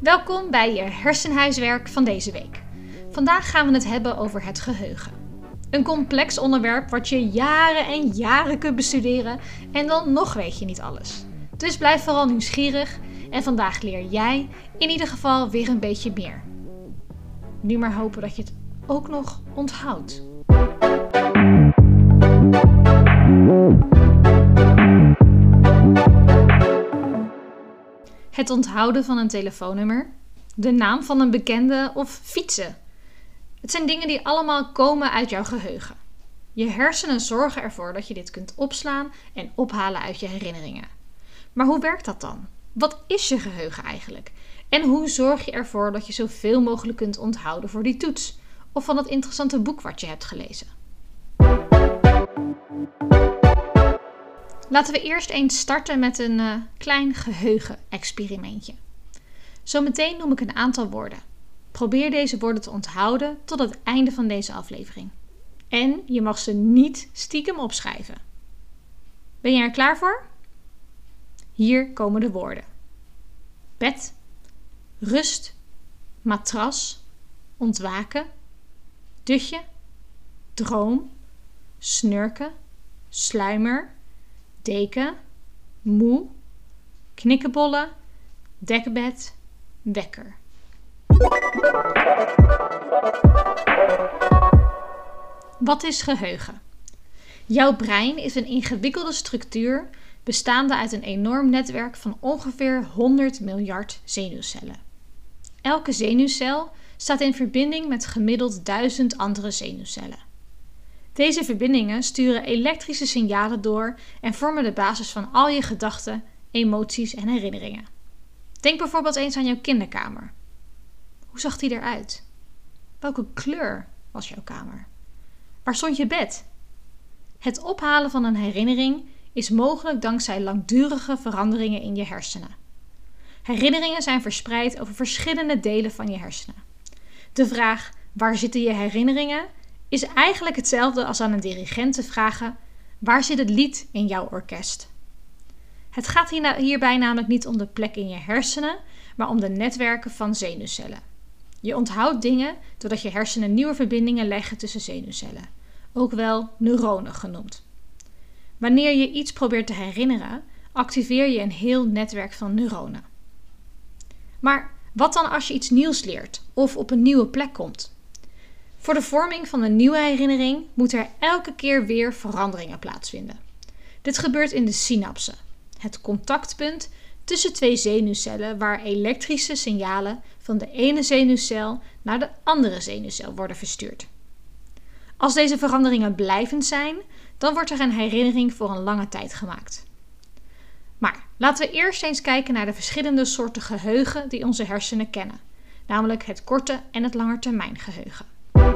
Welkom bij je hersenhuiswerk van deze week. Vandaag gaan we het hebben over het geheugen. Een complex onderwerp wat je jaren en jaren kunt bestuderen en dan nog weet je niet alles. Dus blijf vooral nieuwsgierig en vandaag leer jij in ieder geval weer een beetje meer. Nu maar hopen dat je het ook nog onthoudt. Het onthouden van een telefoonnummer, de naam van een bekende of fietsen. Het zijn dingen die allemaal komen uit jouw geheugen. Je hersenen zorgen ervoor dat je dit kunt opslaan en ophalen uit je herinneringen. Maar hoe werkt dat dan? Wat is je geheugen eigenlijk? En hoe zorg je ervoor dat je zoveel mogelijk kunt onthouden voor die toets? Of van het interessante boek wat je hebt gelezen? Laten we eerst eens starten met een klein geheugen-experimentje. Zometeen noem ik een aantal woorden. Probeer deze woorden te onthouden tot het einde van deze aflevering. En je mag ze niet stiekem opschrijven. Ben je er klaar voor? Hier komen de woorden. Bed, rust, matras, ontwaken, dutje, droom, snurken, sluimer, deken, moe, knikkenbollen, dekbed, wekker. Wat is geheugen? Jouw brein is een ingewikkelde structuur bestaande uit een enorm netwerk van ongeveer 100 miljard zenuwcellen. Elke zenuwcel staat in verbinding met gemiddeld 1000 andere zenuwcellen. Deze verbindingen sturen elektrische signalen door en vormen de basis van al je gedachten, emoties en herinneringen. Denk bijvoorbeeld eens aan jouw kinderkamer. Hoe zag die eruit? Welke kleur was jouw kamer? Waar stond je bed? Het ophalen van een herinnering is mogelijk dankzij langdurige veranderingen in je hersenen. Herinneringen zijn verspreid over verschillende delen van je hersenen. De vraag waar zitten je herinneringen is eigenlijk hetzelfde als aan een dirigent te vragen: waar zit het lied in jouw orkest? Het gaat hierbij namelijk niet om de plek in je hersenen, maar om de netwerken van zenuwcellen. Je onthoudt dingen doordat je hersenen nieuwe verbindingen leggen tussen zenuwcellen, ook wel neuronen genoemd. Wanneer je iets probeert te herinneren, activeer je een heel netwerk van neuronen. Maar wat dan als je iets nieuws leert of op een nieuwe plek komt? Voor de vorming van een nieuwe herinnering moeten er elke keer weer veranderingen plaatsvinden. Dit gebeurt in de synapsen, het contactpunt tussen twee zenuwcellen waar elektrische signalen van de ene zenuwcel naar de andere zenuwcel worden verstuurd. Als deze veranderingen blijvend zijn, dan wordt er een herinnering voor een lange tijd gemaakt. Maar laten we eerst eens kijken naar de verschillende soorten geheugen die onze hersenen kennen, namelijk het korte en het langetermijngeheugen.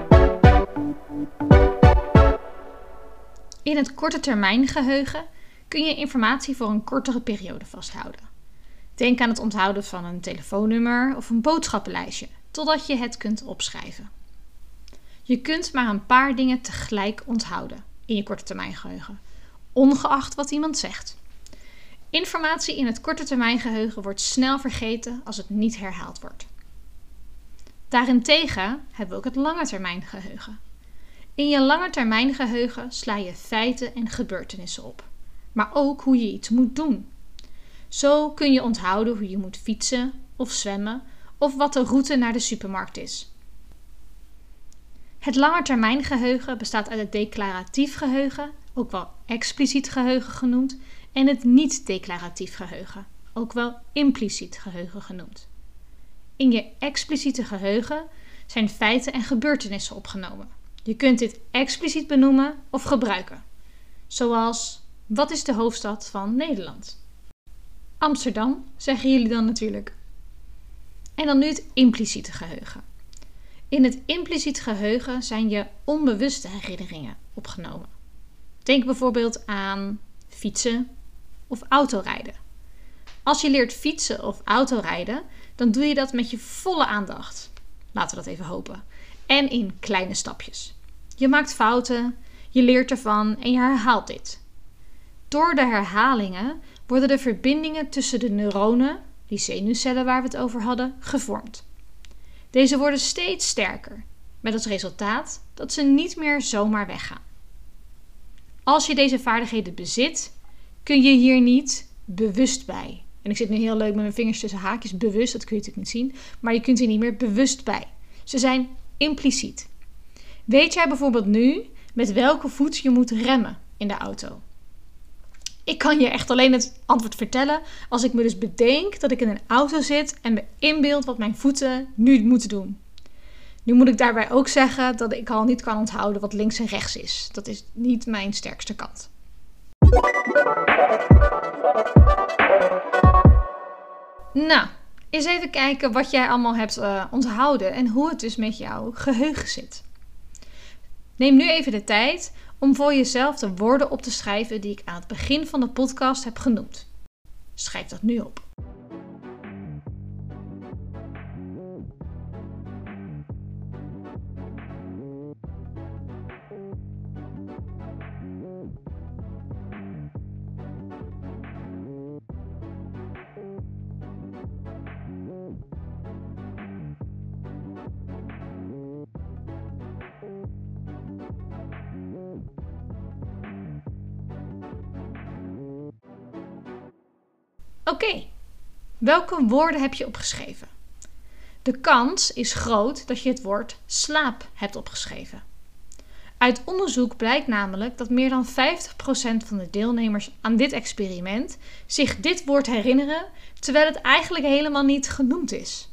In het korte termijngeheugen kun je informatie voor een kortere periode vasthouden. Denk aan het onthouden van een telefoonnummer of een boodschappenlijstje, totdat je het kunt opschrijven. Je kunt maar een paar dingen tegelijk onthouden in je korte termijngeheugen, ongeacht wat iemand zegt. Informatie in het korte termijngeheugen wordt snel vergeten als het niet herhaald wordt. Daarentegen hebben we ook het langetermijngeheugen. In je langetermijngeheugen sla je feiten en gebeurtenissen op, maar ook hoe je iets moet doen. Zo kun je onthouden hoe je moet fietsen of zwemmen of wat de route naar de supermarkt is. Het langetermijngeheugen bestaat uit het declaratief geheugen, ook wel expliciet geheugen genoemd, en het niet-declaratief geheugen, ook wel impliciet geheugen genoemd. In je expliciete geheugen zijn feiten en gebeurtenissen opgenomen. Je kunt dit expliciet benoemen of gebruiken. Zoals, wat is de hoofdstad van Nederland? Amsterdam, zeggen jullie dan natuurlijk. En dan nu het impliciete geheugen. In het impliciet geheugen zijn je onbewuste herinneringen opgenomen. Denk bijvoorbeeld aan fietsen of autorijden. Als je leert fietsen of autorijden, dan doe je dat met je volle aandacht. Laten we dat even hopen. En in kleine stapjes. Je maakt fouten, je leert ervan en je herhaalt dit. Door de herhalingen worden de verbindingen tussen de neuronen, die zenuwcellen waar we het over hadden, gevormd. Deze worden steeds sterker, met als resultaat dat ze niet meer zomaar weggaan. Als je deze vaardigheden bezit, kun je hier niet bewust bij. En ik zit nu heel leuk met mijn vingers tussen haakjes, bewust, dat kun je natuurlijk niet zien, maar je kunt hier niet meer bewust bij. Ze zijn impliciet. Weet jij bijvoorbeeld nu met welke voet je moet remmen in de auto? Ik kan je echt alleen het antwoord vertellen als ik me dus bedenk dat ik in een auto zit en me inbeeld wat mijn voeten nu moeten doen. Nu moet ik daarbij ook zeggen dat ik al niet kan onthouden wat links en rechts is. Dat is niet mijn sterkste kant. Nou, eens even kijken wat jij allemaal hebt onthouden en hoe het dus met jouw geheugen zit. Neem nu even de tijd om voor jezelf de woorden op te schrijven die ik aan het begin van de podcast heb genoemd. Schrijf dat nu op. Oké, welke woorden heb je opgeschreven? De kans is groot dat je het woord slaap hebt opgeschreven. Uit onderzoek blijkt namelijk dat meer dan 50% van de deelnemers aan dit experiment zich dit woord herinneren, terwijl het eigenlijk helemaal niet genoemd is.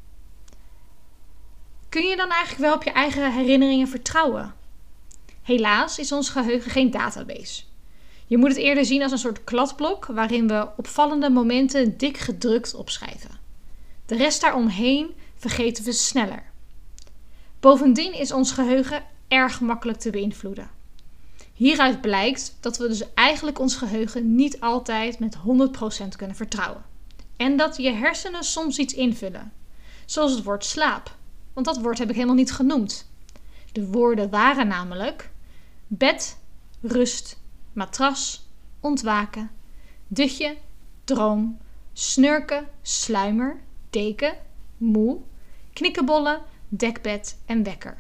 Kun je dan eigenlijk wel op je eigen herinneringen vertrouwen? Helaas is ons geheugen geen database. Je moet het eerder zien als een soort kladblok waarin we opvallende momenten dik gedrukt opschrijven. De rest daaromheen vergeten we sneller. Bovendien is ons geheugen erg makkelijk te beïnvloeden. Hieruit blijkt dat we dus eigenlijk ons geheugen niet altijd met 100% kunnen vertrouwen. En dat je hersenen soms iets invullen. Zoals het woord slaap. Want dat woord heb ik helemaal niet genoemd. De woorden waren namelijk bed, rust, matras, ontwaken, dutje, droom, snurken, sluimer, deken, moe, knikkenbollen, dekbed en wekker.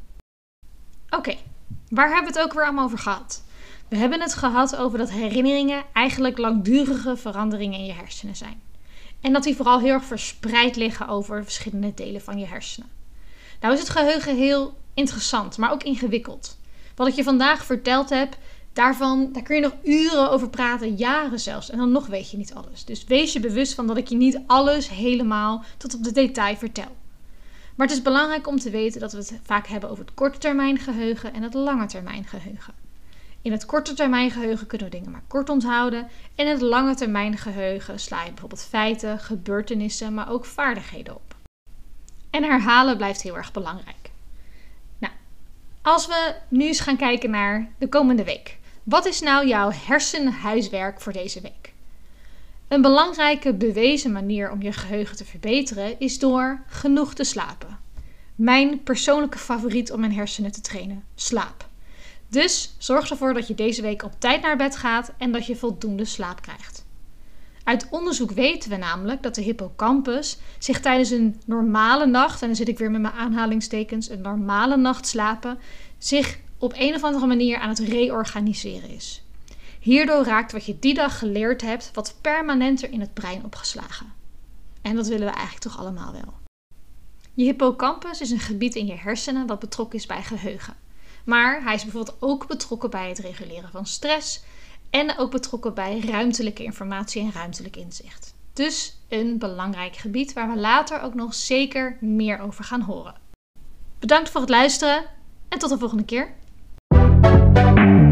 Oké, waar hebben we het ook weer allemaal over gehad? We hebben het gehad over dat herinneringen eigenlijk langdurige veranderingen in je hersenen zijn. En dat die vooral heel erg verspreid liggen over verschillende delen van je hersenen. Nou is het geheugen heel interessant, maar ook ingewikkeld. Wat ik je vandaag verteld heb, daar kun je nog uren over praten, jaren zelfs. En dan nog weet je niet alles. Dus wees je bewust van dat ik je niet alles helemaal tot op de detail vertel. Maar het is belangrijk om te weten dat we het vaak hebben over het korte termijn geheugen en het lange termijn geheugen. In het korte termijn geheugen kunnen we dingen maar kort onthouden. En in het lange termijn geheugen sla je bijvoorbeeld feiten, gebeurtenissen, maar ook vaardigheden op. En herhalen blijft heel erg belangrijk. Nou, als we nu eens gaan kijken naar de komende week. Wat is nou jouw hersenhuiswerk voor deze week? Een belangrijke bewezen manier om je geheugen te verbeteren is door genoeg te slapen. Mijn persoonlijke favoriet om mijn hersenen te trainen, slaap. Dus zorg ervoor dat je deze week op tijd naar bed gaat en dat je voldoende slaap krijgt. Uit onderzoek weten we namelijk dat de hippocampus zich tijdens een normale nacht, en dan zit ik weer met mijn aanhalingstekens, een normale nacht slapen, zich op een of andere manier aan het reorganiseren is. Hierdoor raakt wat je die dag geleerd hebt wat permanenter in het brein opgeslagen. En dat willen we eigenlijk toch allemaal wel. Je hippocampus is een gebied in je hersenen wat betrokken is bij geheugen. Maar hij is bijvoorbeeld ook betrokken bij het reguleren van stress en ook betrokken bij ruimtelijke informatie en ruimtelijk inzicht. Dus een belangrijk gebied waar we later ook nog zeker meer over gaan horen. Bedankt voor het luisteren en tot de volgende keer.